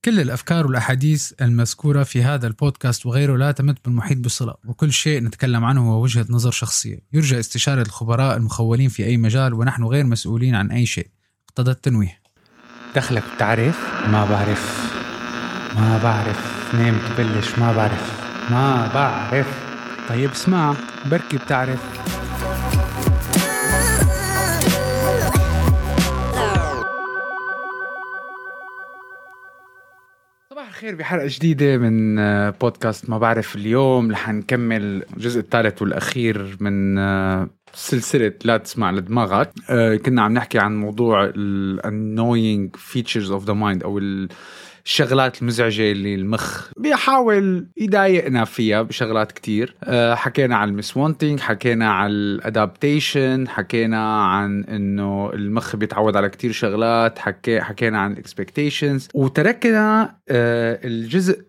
كل الأفكار والأحاديث المذكورة في هذا البودكاست وغيره لا تمت بالمحيط بصلة، وكل شيء نتكلم عنه هو وجهة نظر شخصية يرجى استشارة الخبراء المخولين في أي مجال، ونحن غير مسؤولين عن أي شيء. اقتضى التنويه. دخلك بتعرف؟ ما بعرف نام تبلش ما بعرف. طيب اسمع، بركي بتعرف. صباح الخير بحلقة جديدة من بودكاست ما بعرف. اليوم رح نكمل الجزء الثالث والأخير من سلسلة لا تسمع لدماغك. كنا عم نحكي عن موضوع annoying features of the mind أو الشغلات المزعجة اللي المخ بيحاول يضايقنا فيها بشغلات كتير. حكينا عن المس وانتينج، حكينا عن الادابتيشن، حكينا عن انه المخ بيتعود على كتير شغلات، حكينا عن الاكسبكتيشنز، وتركنا الجزء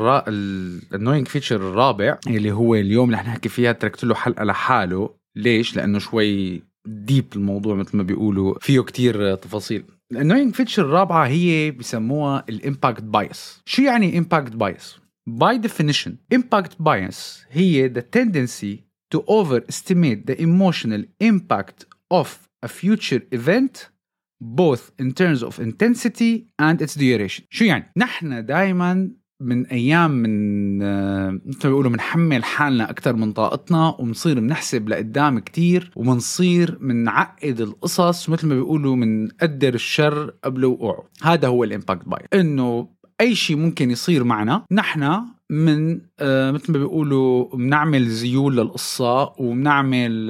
الانوينج فيتشر الرابع اللي هو اليوم اللي نحكي فيها. تركت له حلقة لحاله. ليش؟ لأنه شوي ديب الموضوع مثل ما بيقولوا، فيه كتير تفاصيل. الانوينج فيتشر الرابعة هي بيسموها الامباكت بايس. شو يعني امباكت بايس؟ By definition, impact bias هي the tendency to overestimate the emotional impact of a future event both in terms of intensity and its duration. شو يعني؟ نحن دايما من أيام من مثل ما بيقولوا منحمل حالنا أكتر من طاقتنا، ومنصير منحسب لقدام كتير، ومنصير منعقد القصص، مثل ما بيقولوا من قدر الشر قبل وقوعه. هذا هو الإمباكت باي، إنه أي شيء ممكن يصير معنا نحن من مثل ما بيقولوا بنعمل زيول للقصة، وبنعمل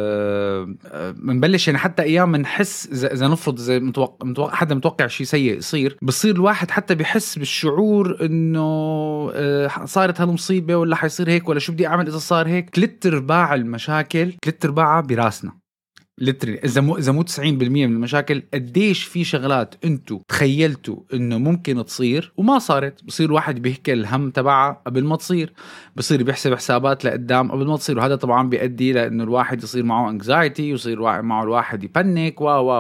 منبلش يعني حتى أيام منحس إذا نفرض إذا حدا متوقع شيء سيء يصير، بصير الواحد حتى بيحس بالشعور إنه صارت هالمصيبة ولا حيصير هيك ولا شو بدي أعمل إذا صار هيك. 3/4 المشاكل 3/4 براسنا لتري. إذا مو 90% من المشاكل. قديش في شغلات أنتوا تخيلتوا إنه ممكن تصير وما صارت. بصير واحد بيحكي الهم تبعها قبل ما تصير، بصير بيحسب حسابات لقدام قبل ما تصير، وهذا طبعا بيؤدي لأنه الواحد يصير معه anxiety، ويصير معه الواحد يبنك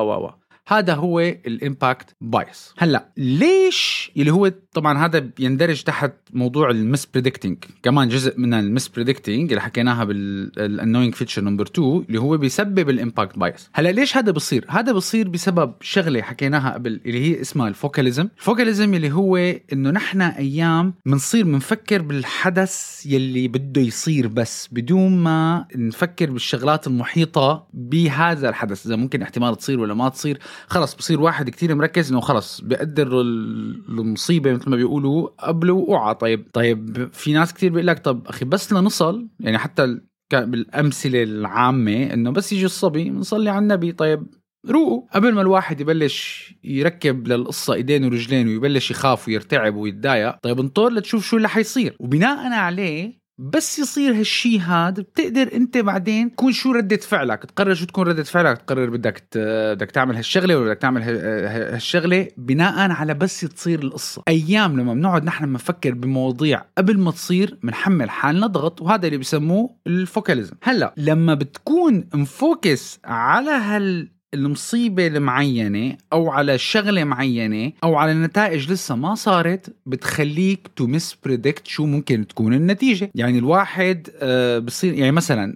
هذا هو الامباكت بايس. هلا ليش؟ اللي هو طبعا هذا يندرج تحت موضوع المس بريدكتينج، كمان جزء من المس بريدكتينج اللي حكيناها بالانوينج فيتشر نمبر 2 اللي هو بيسبب الامباكت بايس. هلا ليش هذا بصير؟ هذا بصير بسبب شغله حكيناها قبل اللي هي اسمها الفوكاليزم اللي هو انه نحن ايام بنصير بنفكر بالحدث يلي بده يصير بس بدون ما نفكر بالشغلات المحيطه بهذا الحدث، اذا ممكن احتمال تصير ولا ما تصير. خلص بصير واحد كتير مركز انه خلص بيقدر المصيبه مثل ما بيقولوا قبل وقوعها. طيب في ناس كتير بيقول لك طب اخي بس لنصل، يعني حتى بالامثله العامه انه بس يجي الصبي نصلي على النبي. طيب روقوا قبل ما الواحد يبلش يركب للقصه ايدين ورجلين ويبلش يخاف ويرتعب ويتضايق. طيب انطر لتشوف شو اللي حيصير، وبناء عليه بس يصير هالشي هذا بتقدر انت بعدين تكون شو ردة فعلك، تقرر شو تكون ردة فعلك، تقرر بدك تعمل هالشغلة ولا بدك تعمل هالشغلة بناء على بس تصير القصة. ايام لما بنقعد نحن بنفكر بمواضيع قبل ما تصير بنحمل حالنا ضغط، وهذا اللي بيسموه الفوكاليزم. هلا لما بتكون مفوكس على المصيبة المعينة أو على شغلة معينة أو على نتائج لسه ما صارت، بتخليك تو مس بريدكت شو ممكن تكون النتيجة. يعني الواحد بصير يعني مثلا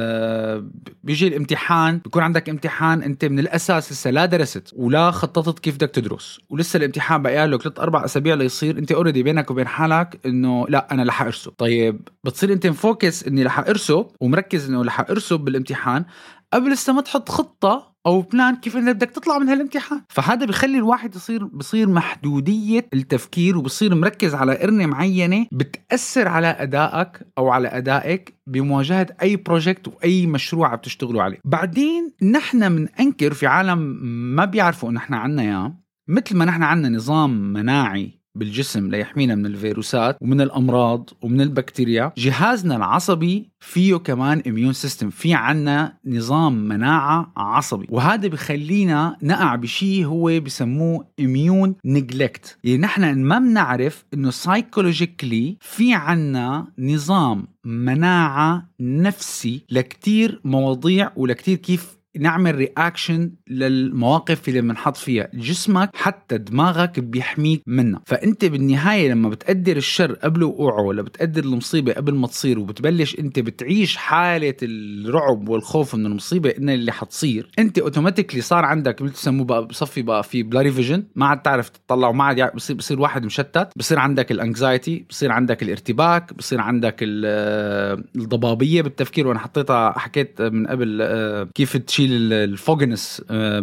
بيجي الامتحان، بيكون عندك امتحان أنت من الأساس لسه لا درست ولا خططت كيف بدك تدرس، ولسه الامتحان بقى له 3-4 أسابيع ليصير. أنت أوريدي بينك وبين حالك إنه لا أنا رح أرسب. طيب بتصير أنت مفوكس إني رح أرسب ومركز إنه رح أرسب بالامتحان قبل لسه ما تحط خطة أو بلان كيف إنك بدك تطلع من هالامتحان. فهذا بيخلي الواحد بصير محدودية التفكير، وبصير مركز على قرنة معينة بتأثر على أدائك أو على أدائك بمواجهة أي بروجكت وأي مشروع بتشتغلوا عليه. بعدين نحن منأنكر في عالم ما بيعرفوا إن نحن عنا إياه، مثل ما نحن عنا نظام مناعي بالجسم ليحمينا من الفيروسات ومن الأمراض ومن البكتيريا، جهازنا العصبي فيه كمان immune system، في عنا نظام مناعة عصبي، وهذا بيخلينا نقع بشيء هو بيسموه immune neglect. يعني نحن ما بنعرف إنه psychologically في عنا نظام مناعة نفسي لكتير مواضيع ولكتير كيف نعمل رياكشن للمواقف اللي بنحط فيها. جسمك حتى دماغك بيحميك منها. فأنت بالنهاية لما بتقدر الشر قبل وقوعه ولا بتقدر المصيبة قبل ما تصير وبتبلش أنت بتعيش حالة الرعب والخوف من المصيبة إن اللي حتصير، أنت أوتوماتيكلي صار عندك بتسموه بقى بصفي بقى في بلاري فيجن، ما عاد تعرف تطلع وما عاد بصير واحد مشتت، بصير عندك الانكزايتي، بصير عندك الارتباك، بصير عندك الضبابية بالتفكير. وأنا حكيت من قبل كيف تشيل الفوجنس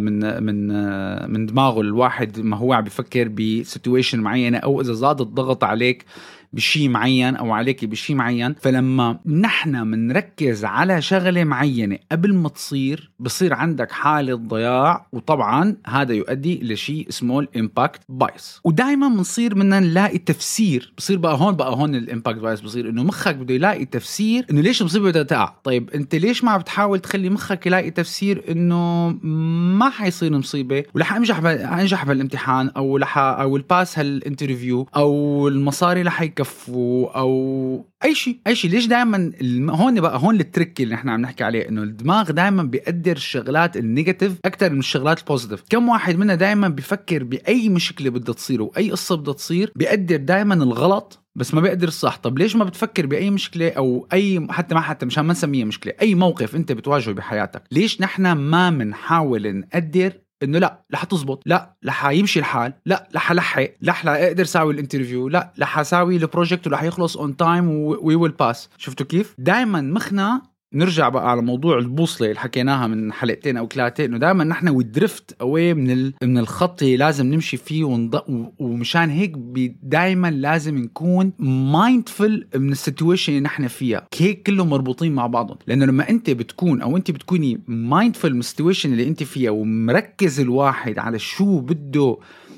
من دماغه الواحد ما هو عم بيفكر بسيتويشن معينة، أو إذا زاد الضغط عليك بشي معين أو عليك بشي معين. فلما نحن منركز على شغلة معينة قبل ما تصير بصير عندك حالة ضياع، وطبعا هذا يؤدي لشيء اسمه الامباكت بايس. ودائما بنصير بدنا نلاقي تفسير. بصير بقى هون الامباكت بايس بصير انه مخك بده يلاقي تفسير انه ليش المصيبة بدها تقع. طيب انت ليش ما بتحاول تخلي مخك يلاقي تفسير انه ما حيصير مصيبة ولا انجح بالامتحان او الباس هالانترفيو او المصاري رح يكفوا او اي شيء. ليش دائما هون التريك اللي احنا عم نحكي عليه، انه الدماغ دائما بيقدر الشغلات النيجاتيف اكثر من الشغلات البوزيتيف. كم واحد منا دائما بيفكر باي مشكله بدها تصير واي قصه بدها تصير بيقدر دائما الغلط بس ما بيقدر الصح. طب ليش ما بتفكر باي مشكله او اي حتى مشان ما نسميها مشكله، اي موقف انت بتواجهه بحياتك، ليش نحن ما بنحاول نقدر انه لا رح تزبط، لا رح يمشي الحال، لا رح لحق، لا رح اقدر اسوي الانترفيو، لا رح اسوي البروجكت ورح يخلص اون تايم وي ويل باس. شفتوا كيف دائما مخنا نرجع بقى على موضوع البوصله اللي حكيناها من حلقتين او ثلاثه، انه دائما نحن ودرفت اوي من الخط اللي لازم نمشي فيه ومشان هيك دائما لازم نكون مايندفul من السيتويشن اللي نحن فيها. هيك كلهم مربوطين مع بعضهم، لانه لما انت بتكون او انت بتكوني مايندفul من السيتويشن اللي انت فيها ومركز الواحد على شو بده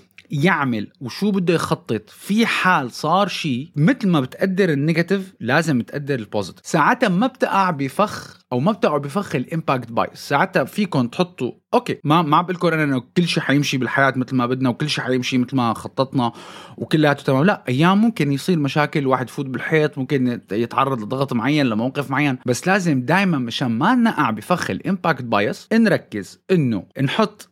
يعمل وشو بده يخطط في حال صار شيء، مثل ما بتقدر النيجاتيف لازم تقدر البوزيتيف. ساعتها ما بتقع بفخ او ما بتقع بفخ الامباكت بايس. ساعتها فيكم تحطوا اوكي ما بقولكم انا انه كل شيء حيمشي بالحياه مثل ما بدنا وكل شيء حيمشي مثل ما خططنا وكلها تمام. لا، ايام ممكن يصير مشاكل، واحد يفوت بالحيط، ممكن يتعرض لضغط معين لموقف معين، بس لازم دائما مشان ما نقع بفخ الامباكت بايس نركز انه نحط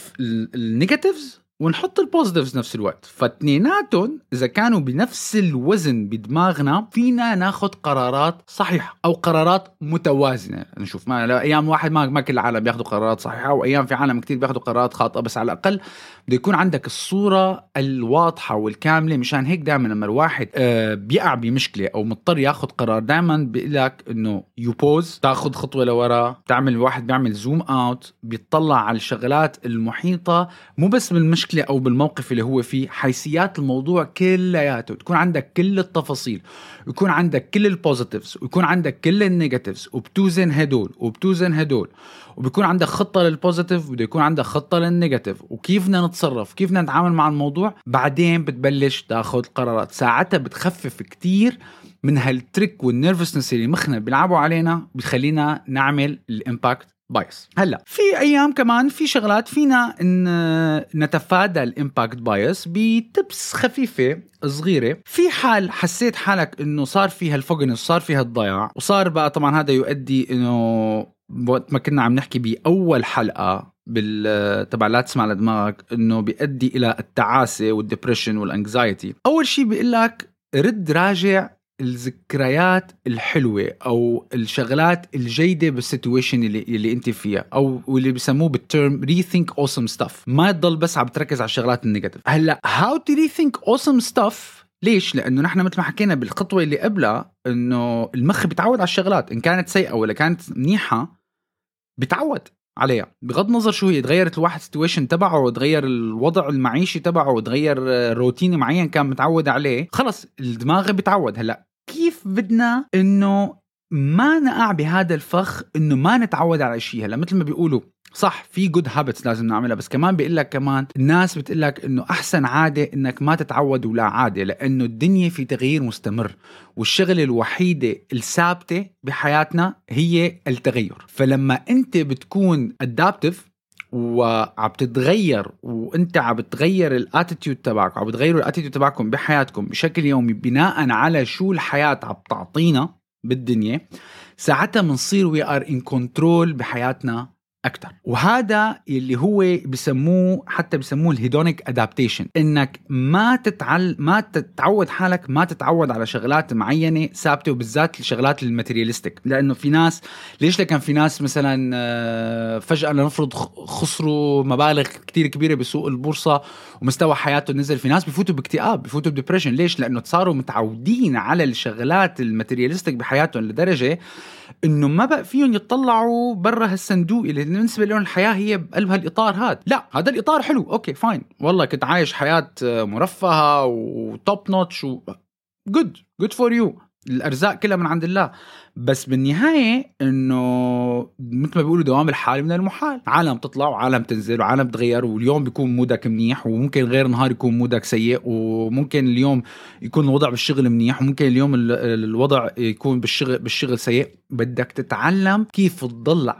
النيجاتيفز ونحط البوزيتيفز نفس الوقت. فاتنيناتهم إذا كانوا بنفس الوزن بدماغنا فينا ناخد قرارات صحيحة أو قرارات متوازنة. نشوف ما أيام واحد ما كل العالم بياخدوا قرارات صحيحة، وأيام في عالم كتير بياخدوا قرارات خاطئة، بس على الأقل بده يكون عندك الصورة الواضحة والكاملة. مشان هيك دائما لما الواحد بيقع بمشكلة أو مضطر ياخد قرار دائما بيقلك إنه يوبوز، تاخد خطوة لورا، تعمل واحد بيعمل زوم أوت، بيطلع على الشغلات المحيطة مو بس بالمشكلة أو بالموقف اللي هو فيه، حيثيات الموضوع كلياته، تكون عندك كل التفاصيل، ويكون عندك كل البوزيتيفز، ويكون عندك كل النيجاتيفز، وبتوزن هدول وبيكون عندك خطة للبوزيتيف، وبده يكون عندك خطة للنيجاتيف، وكيف بدنا نتصرف، كيف بدنا نتعامل مع الموضوع. بعدين بتبلش تاخد قرارات. ساعتها بتخفف كتير من هالتريك والنيرفسنس اللي مخنا بيلعبوا علينا، بيخلينا نعمل الامباكت بايس. هلا في ايام كمان في شغلات فينا ان نتفادى الامباكت بايس بتبس خفيفه صغيره. في حال حسيت حالك انه صار فيها الفوجنس، صار فيها الضياع، وصار بقى طبعا هذا يؤدي انه وقت ما كنا عم نحكي باول حلقه تبع لا تسمع لدماغك، انه بيؤدي الى التعاسه والديبريشن والانكزايتي. اول شيء بيقول لك رد راجع الذكريات الحلوة أو الشغلات الجيدة بالسيتويشن اللي أنت فيها، أو اللي بيسموه بالترم rethink awesome stuff. ما تضل بس عم تركز على الشغلات النيجاتيف. هلأ how to rethink awesome stuff؟ ليش؟ لأنه نحن مثل ما حكينا بالخطوة اللي قبلها إنه المخ بيتعود على الشغلات، إن كانت سيئة ولا كانت منيحة بيتعود عليها بغض النظر شو هي. تغيرت الواحد سيتويشن تبعه، وتغير الوضع المعيشي تبعه، وتغير روتين معين كان متعود عليه، خلص الدماغ بيتعود. هلأ كيف بدنا انه ما نقع بهذا الفخ انه ما نتعود على شيء؟ هلا مثل ما بيقولوا صح، في جود هابتس لازم نعملها، بس كمان بيقول لك كمان الناس بتقول لك انه احسن عاده انك ما تتعود ولا عاده، لانه الدنيا في تغيير مستمر، والشغله الوحيده الثابته بحياتنا هي التغير. فلما انت بتكون ادابتيف وعم تتغير، وانت عم بتغير الاتيتيود تبعك، عم بتغيروا الاتيتيود تبعكم بحياتكم بشكل يومي بناء على شو الحياة عم تعطينا بالدنيا، ساعتها منصير we are in control بحياتنا أكتر. وهذا اللي هو بيسموه الهيدونيك أدابتيشن، إنك ما تتعود حالك، ما تتعود على شغلات معينة ثابتة، وبالذات الشغلات الماتيرياليستيك. لأنه في ناس كان في ناس مثلا فجأة لنفرض خسروا مبالغ كتير كبيرة بسوق البورصة ومستوى حياته نزل، في ناس بيفوتوا باكتئاب، بيفوتوا بديبريشن. ليش؟ لأنه صاروا متعودين على الشغلات الماتيرياليستيك بحياتهم لدرجة إنه ما بقى فيهم يطلعوا برا هالصندوق اللي بالنسبة لهم الحياة هي بقلب هالإطار هاد. لا، هذا الإطار حلو، أوكي فاين، والله كنت عايش حياة مرفهة وتوب نوتش good for you، الأرزاق كلها من عند الله. بس بالنهاية إنه مثل ما بيقولوا دوام الحال من المحال، عالم تطلع وعالم تنزل وعالم تغير، واليوم بيكون مودك منيح وممكن غير نهار يكون مودك سيء، وممكن اليوم يكون الوضع بالشغل منيح وممكن اليوم الوضع يكون بالشغل سيء. بدك تتعلم كيف تضل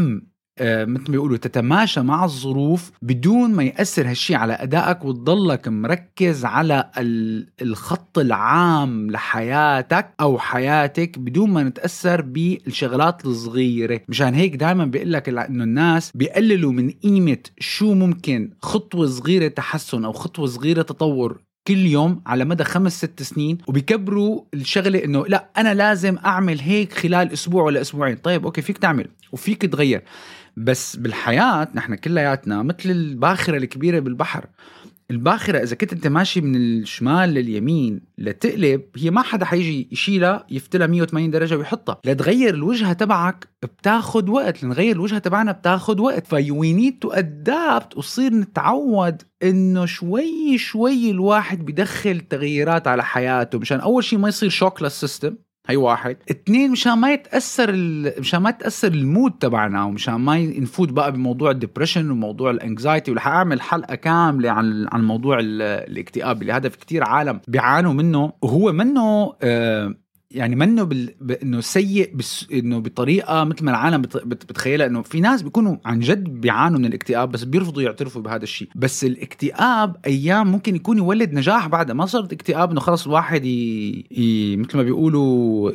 مثل ما بيقولوا تتماشى مع الظروف بدون ما يأثر هالشي على أدائك، وتضلك مركز على الخط العام لحياتك أو حياتك بدون ما نتأثر بالشغلات الصغيرة. مشان هيك دائما بيقلك إنه الناس بيقللوا من قيمة شو ممكن خطوة صغيرة تحسن أو خطوة صغيرة تطور كل يوم على مدى 5-6 سنين، وبيكبروا الشغلة إنه لا أنا لازم أعمل هيك خلال أسبوع ولا أسبوعين. طيب أوكي، فيك تعمل وفيك تغير، بس بالحياة نحن كلياتنا مثل الباخرة الكبيرة بالبحر. الباخرة إذا كنت أنت ماشي من الشمال لليمين لتقلب، هي ما حدا حيجي يشيلها يفتلها 180 درجة ويحطها. لتغير الوجهة تبعك بتاخد وقت، لنغير الوجهة تبعنا بتاخد وقت. we need to adapt، وصير نتعود إنه شوي شوي الواحد بيدخل تغييرات على حياته، مشان أول شيء ما يصير شوك للسيستم، هي 1. 2 مشان ما يتأثر المود تبعنا، ومشان ما نفوت بقى بموضوع الديبريشن وموضوع الانكزايتي. ورح أعمل حلقة كاملة عن موضوع الاكتئاب اللي هذا في كتير عالم بيعانوا منه، وهو منه يعني منه انه سيء، انه بطريقه مثل ما العالم بتخيلها. انه في ناس بيكونوا عن جد بيعانوا من الاكتئاب بس بيرفضوا يعترفوا بهذا الشيء. بس الاكتئاب ايام ممكن يكون يولد نجاح بعدها. ما صارت اكتئاب انه خلص الواحد مثل ما بيقولوا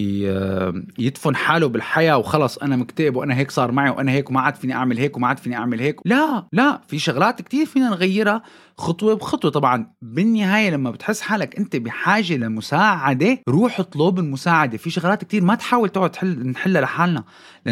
يدفن حاله بالحياه وخلص انا مكتئب وانا هيك صار معي وانا هيك وما عاد فيني اعمل هيك وما عاد فيني اعمل هيك. لا، في شغلات كتير فينا نغيرها خطوة بخطوة. طبعا بالنهاية لما بتحس حالك انت بحاجة لمساعدة، روح اطلب المساعدة. في شغلات كتير ما تحاول تقعد نحلها لحالنا،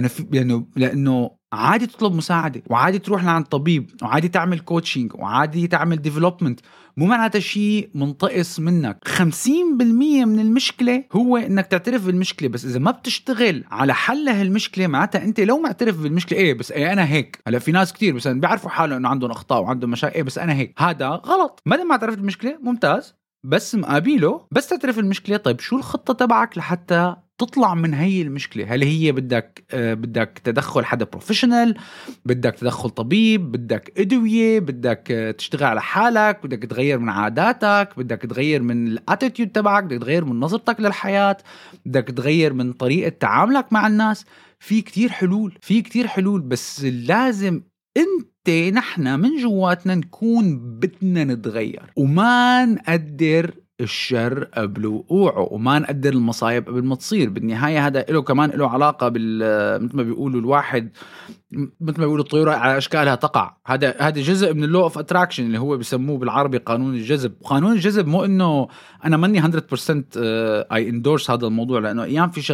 لأنه عادي تطلب مساعدة، وعادي تروح لعند طبيب، وعادي تعمل كوتشنج، وعادي تعمل ديفلوبمنت. مو معناتها شيء منطقس منك. 50% من المشكلة هو انك تعترف بالمشكلة، بس اذا ما بتشتغل على حلها المشكلة معناتها انت لو معترف بالمشكلة بس انا هيك. هلا في ناس كتير بس بيعرفوا حالهم انه عندهم اخطاء وعندهم مشاكل بس انا هيك. هذا غلط. ما دام اعترفت بالمشكلة ممتاز، بس مقابله بس تعترف المشكلة. طيب شو الخطة تبعك لحتى تطلع من هي المشكلة؟ هل هي بدك تدخل حدا بروفيشنال، بدك تدخل طبيب، بدك أدوية، بدك تشتغل على حالك، بدك تغير من عاداتك، بدك تغير من الاتيتيود تبعك، بدك تغير من نظرتك للحياة، بدك تغير من طريقة تعاملك مع الناس. في كتير حلول بس لازم نحن من جواتنا نكون بدنا نتغير، وما نقدر الشر قبل وقوعه، وما نقدر المصايب قبل ما تصير. بالنهاية هذا له علاقة مثل ما بيقولوا الواحد، مثل ما بيقولوا الطيور على أشكالها تقع. هذا جزء من اللو اوف اتراكشن اللي هو بيسموه بالعربي قانون الجذب. قانون الجذب مو انه انا ماني 100% اي اندورس هذا الموضوع، لانه ايام في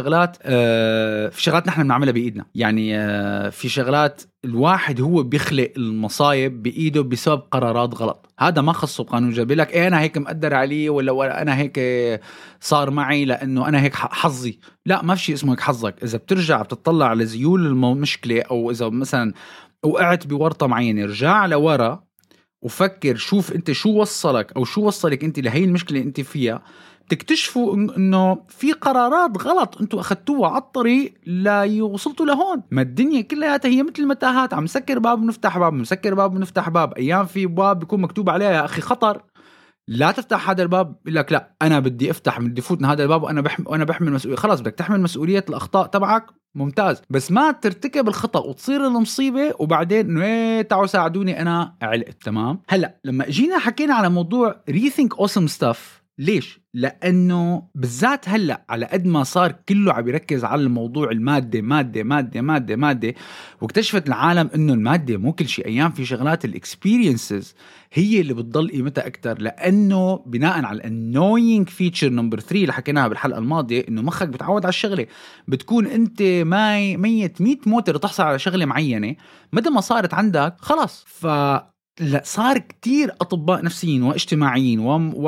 شغلات نحن بنعملها بايدنا. يعني في شغلات الواحد هو بيخلق المصايب بايده بسبب قرارات غلط. هذا ما خصه بقانون الجذب. لك انا هيك مقدر عليه، ولا انا هيك صار معي لانه انا هيك حظي. لا، ما في شيء اسمه هيك حظك. اذا بترجع بتطلع على زيول المشكله، او اذا مثلا وقعت بورطه معينه، رجع لورا وفكر، شوف انت شو وصلك انت لهي المشكله اللي انت فيها. تكتشفوا انه في قرارات غلط انتوا اخذتوها على الطريق لا يوصلتوا لهون. ما الدنيا كلها هي مثل المتاهات، عم مسكر باب ونفتح باب، مسكر باب ونفتح باب. ايام في باب بيكون مكتوب عليها يا اخي خطر، لا تفتح هذا الباب. يقول لك لا، انا بدي افتح، بدي فوت من هذا الباب، وانا بحمل مسؤوليه. خلاص بدك تحمل مسؤوليه الاخطاء تبعك، ممتاز، بس ما ترتكب الخطأ وتصير المصيبه وبعدين انه تعالوا ساعدوني انا علقت. تمام. هلا لما جينا حكينا على موضوع rethink awesome stuff، ليش؟ لأنه بالذات هلأ على قد ما صار كله عم يركز على الموضوع المادة مادة مادة مادة مادة، واكتشفت العالم إنه المادة مو كل شيء. أيام في شغلات الإكسبيرينسز هي اللي بتضل قيمتها أكتر، لأنه بناء على الانوينج فيتشر نمبر 3 اللي حكيناها بالحلقة الماضية، إنه مخك بتعود على الشغلة. بتكون أنت ميت 100 موتر تحصل على شغلة معينة، مدى ما صارت عندك خلاص. لا، صار كتير أطباء نفسيين واجتماعيين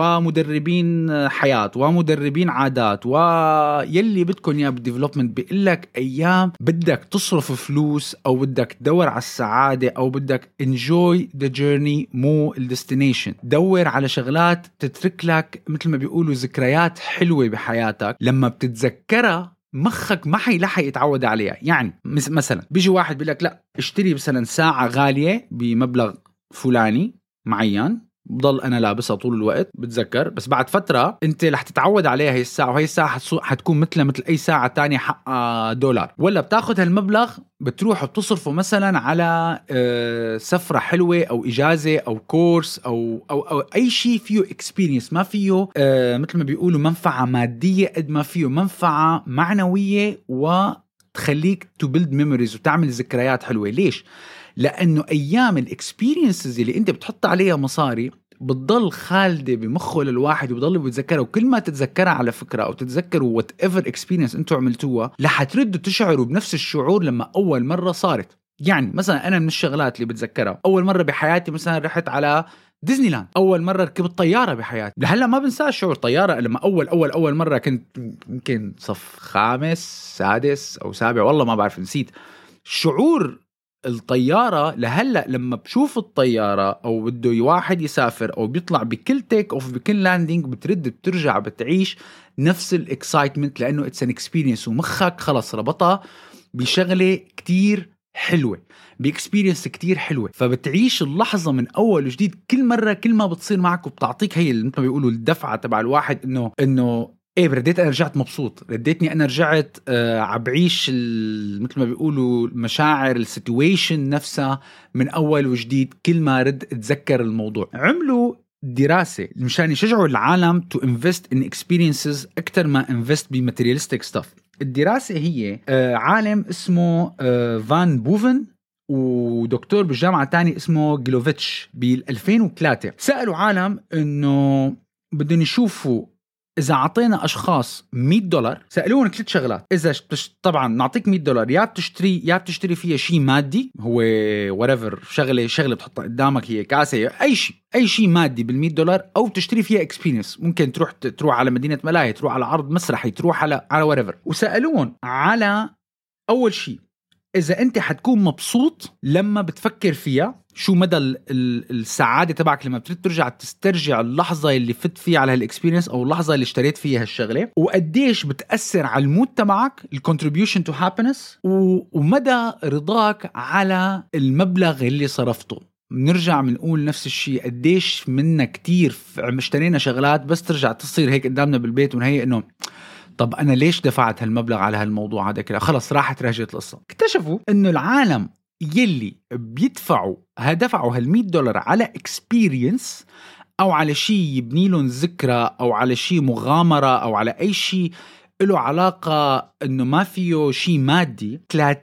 ومدربين حياة ومدربين عادات ويلي بدكم يا بالديفلوبمنت بيقلك أيام بدك تصرف فلوس أو بدك تدور على السعادة أو بدك enjoy the journey مو الديستنيشن. دور على شغلات تترك لك مثل ما بيقولوا ذكريات حلوة بحياتك، لما بتتذكرها مخك ما حيلحق يتعود عليها. يعني مثلا بيجي واحد بيقول لك لا اشتري مثلا ساعة غالية بمبلغ فلاني معين، بضل أنا لابسها طول الوقت بتذكر، بس بعد فترة أنت رح تتعود عليها هي الساعة، وهي الساعة حتكون مثل أي ساعة تانية حقها $. ولا بتاخد هالمبلغ بتروح وبتصرفه مثلا على سفرة حلوة أو إجازة أو كورس أو أي شيء فيه experience، ما فيه مثل ما بيقولوا منفعة مادية قد ما فيه منفعة معنوية وتخليك to build memories وتعمل ذكريات حلوة. ليش؟ لأنه أيام الإكسبيرينسز اللي أنت بتحط عليها مصاري بتضل خالدة بمخه للواحد وبضل بيتذكرها، وكل ما تتذكرها على فكرة أو تتذكروا whatever experience أنتوا عملتوها رح تردوا تشعروا بنفس الشعور لما أول مرة صارت. يعني مثلا أنا من الشغلات اللي بتذكرها أول مرة بحياتي مثلا رحت على ديزني لاند، أول مرة ركبت طيارة بحياتي، لهلا ما بنساش شعور طيارة. لما أول مرة كنت يمكن صف 5 6 أو 7 والله ما بعرف، نسيت شعور الطيارة. لهلأ لما بشوف الطيارة أو بده واحد يسافر أو بيطلع بكل تيك أوف بكل لاندينج بترجع بتعيش نفس الإكسايتمنت، لأنه it's an experience ومخك خلص ربطها بشغلة كتير حلوة، بإكسبيرينس كتير حلوة، فبتعيش اللحظة من أول وجديد كل مرة. كل ما بتصير معك وبتعطيك هي اللي مثل ما بيقولوا الدفعة تبع الواحد، إنه ايه رديت انا رجعت مبسوط، رديتني انا رجعت عبعيش مثل ما بيقولوا المشاعر السيتويشن نفسها من اول وجديد. كل ما رد اتذكر الموضوع. عملوا دراسة مشان يشجعوا العالم to invest in experiences أكتر ما invest بماتيرياليستيك stuff. الدراسة هي عالم اسمه فان بوفن ودكتور بالجامعة تاني اسمه جلوفيتش بال2003 سألوا عالم انه بدهم يشوفوا إذا عطينا أشخاص $100، سألوهم 3 شغلات. إذا طبعا نعطيك $100 يا بتشتري فيها شيء مادي، هو whatever شغلة بتحطها قدامك، هي كاسة، أي شيء مادي $100، أو تشتري فيها experience، ممكن تروح على مدينة ملاهي، تروح على عرض مسرحي، تروح على whatever. وسألوهم على أول شيء إذا أنت حتكون مبسوط لما بتفكر فيها، شو مدى السعادة تبعك لما بترجع تسترجع اللحظة اللي فت فيها على هالإكسبيرينس أو اللحظة اللي اشتريت فيها هالشغلة، وقديش بتأثر على المود تبعك الcontribution to happiness، ومدى رضاك على المبلغ اللي صرفته. بنرجع بنقول نفس الشيء، قديش منا كتير اشترينا شغلات بس ترجع تصير هيك قدامنا بالبيت ونهي إنه طب أنا ليش دفعت هالمبلغ على هالموضوع هذا كله، خلص راحت رجعت القصة. اكتشفوا إنه العالم يلي دفعوا $100 على experience أو على شيء يبني لهم ذكرى أو على شيء مغامرة أو على أي شيء له علاقة إنه ما فيه شيء مادي،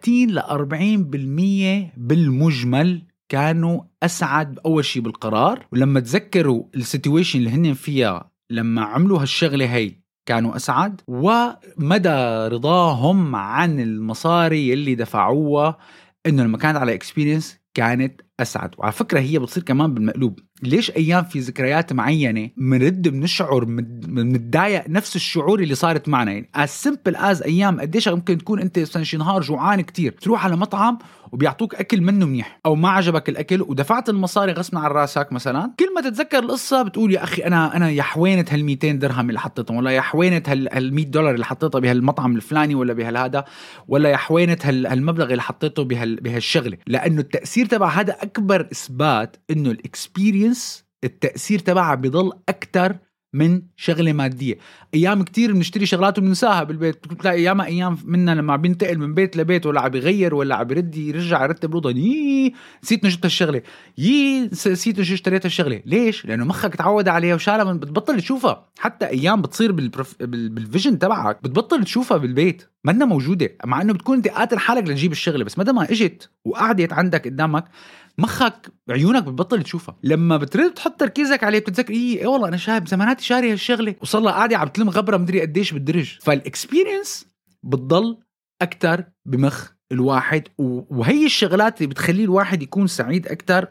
30-40% بالمجمل كانوا أسعد أول شيء بالقرار، ولما تذكروا السيتويشن اللي هن فيها لما عملوا هالشغلة هي كانوا أسعد، ومدى رضاهم عن المصاري اللي دفعوها إنه لما كانت على experience كانت أسعد. وعلى فكرة هي بتصير كمان بالمقلوب. ليش أيام في ذكريات معينة بنشعر متضايق نفس الشعور اللي صارت معنا؟ يعني as simple as أيام قديش ممكن تكون أنت شي نهار جوعان كتير، تروح على مطعم وبيعطوك أكل منه منيح، أو ما عجبك الأكل ودفعت المصاري غصب عن راسك مثلا، كل ما تتذكر القصة بتقول يا أخي أنا يا حوينة $200 اللي حطيتهم، ولا يا حوينة $100 اللي حطيتها بهالمطعم الفلاني، ولا بهالهذا، ولا يا حوينة هالمبلغ اللي حطيته بهالشغلة. لأنه التأثير تبع هذا أكبر إثبات إنه الإكسبيرينس التأثير تبعها بيضل أكتر من شغلة مادية. أيام كتير بنشتري شغلات وبننساها بالبيت، بتلاقي أيام منا لما بينتقل من بيت لبيت ولا عم يغير ولا عم يرجع يرتب الأوضة، نسيت نجبت الشغلة، نسيت نجي اشتريت الشغلة. ليش؟ لأنه مخك تعود عليها وشالها، بتبطل تشوفها. حتى أيام بتصير بالفيجن تبعك بتبطل تشوفها بالبيت، منا موجودة، مع أنه بتكون انت قاتل حالك لتجيب الشغلة، بس مدى ما اجت وقعدت عندك قدامك مخك عيونك بتبطل تشوفها. لما بتريد تحط تركيزك عليه بتتذكر ايه والله انا شاب زماناتي شاري هالشغله وصار لها قاعده عم تلم غبره مدري قديش بالدرج. فالاكسبيرينس بتضل اكتر بمخ الواحد، وهي الشغلات اللي بتخلي الواحد يكون سعيد اكتر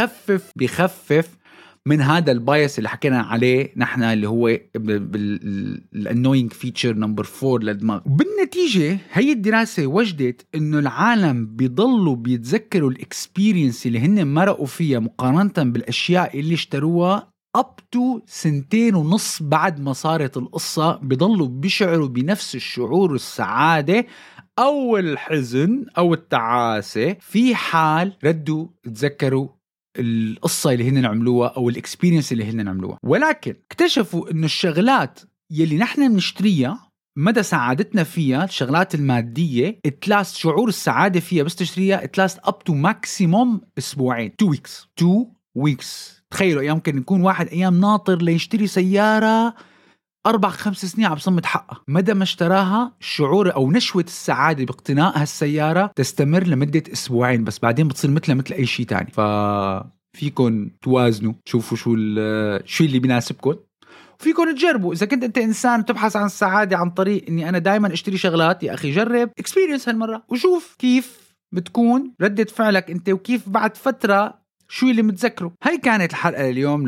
وبيخفف من هذا البايس اللي حكينا عليه نحن، اللي هو الانوينج فيتشر نمبر 4 للدماغ. بالنتيجة هي الدراسة وجدت انه العالم بيضلوا بيتذكروا الاكسبيرينس اللي هن مرقوا فيها مقارنة بالاشياء اللي اشتروها up to 2.5 سنين بعد ما صارت القصة. بيضلوا بيشعروا بنفس الشعور، السعادة او الحزن او التعاسة، في حال ردوا تذكروا القصة اللي هن عملوها أو الإكسبيرينس اللي هن عملوها. ولكن اكتشفوا إنه الشغلات يلي نحن بنشتريها مدى سعادتنا فيها، الشغلات المادية اتلاست شعور السعادة فيها بس تشتريها اتلاست up to maximum أسبوعين، 2 weeks. تخيلوا يمكن يكون واحد أيام ناطر ليشتري سيارة 4-5 سنين عم صمت حقها، مدى ما اشتراها الشعور أو نشوة السعادة باقتناء هالسيارة تستمر لمدة أسبوعين بس، بعدين بتصير مثل أي شيء تاني. ففيكن توازنوا، تشوفوا شو اللي بيناسبكم، وفيكن تجربوا. إذا كنت أنت إنسان تبحث عن السعادة عن طريق إني أنا دايما اشتري شغلات، يا أخي جرب experience هالمرة وشوف كيف بتكون ردة فعلك أنت، وكيف بعد فترة شو اللي متذكره. هاي كانت الحلقة اليوم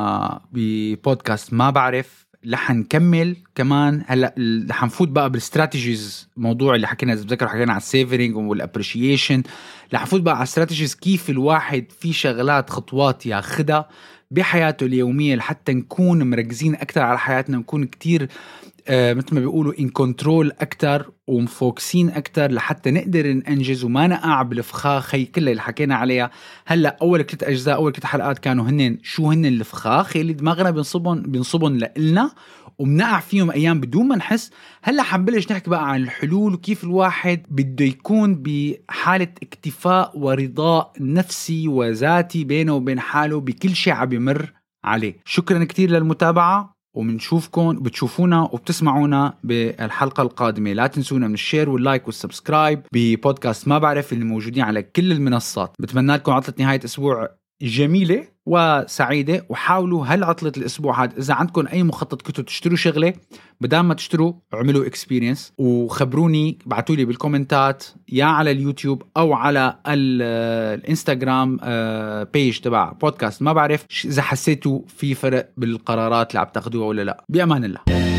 ببودكاست ما بعرف. رح نكمل كمان هلا، رح نفوت بقى بالاستراتيجيز، موضوع اللي حكينا إذا بتذكروا حكينا على السيفرينج والابريشيشن. رح نفوت بقى على استراتيجيز كيف الواحد في شغلات خطوات ياخدها بحياته اليومية لحتى نكون مركزين أكتر على حياتنا، نكون كتير مثل ما بيقولوا in control أكتر ومفوكسين أكتر لحتى نقدر ننجز وما نقع بالفخاخ. هي كلها اللي حكينا عليها هلأ. أول 3 أجزاء، أول 3 حلقات كانوا هن الفخاخ اللي دماغنا بنصبن لإلنا ومنقع فيهم أيام بدون ما نحس. هلأ حنبلش نحكي بقى عن الحلول وكيف الواحد بده يكون بحالة اكتفاء ورضاء نفسي وذاتي بينه وبين حاله بكل شيء عم يمر عليه. شكرا كتير للمتابعة، بتشوفونا وبتسمعونا بالحلقة القادمة. لا تنسونا من الشير واللايك والسبسكرايب ببودكاست ما بعرف اللي موجودين على كل المنصات. بتمنى لكم عطلة نهاية أسبوع جميلة وسعيدة، وحاولوا هالعطلة الأسبوع هذا إذا عندكم أي مخطط كنتوا تشتروا شغلة، بدل ما تشتروا اعملوا اكسبيرينس وخبروني، بعتولي بالكومنتات يا على اليوتيوب أو على الانستغرام بيج تبع بودكاست ما بعرف إذا حسيتوا في فرق بالقرارات اللي عم تاخدوها ولا لا. بأمان الله.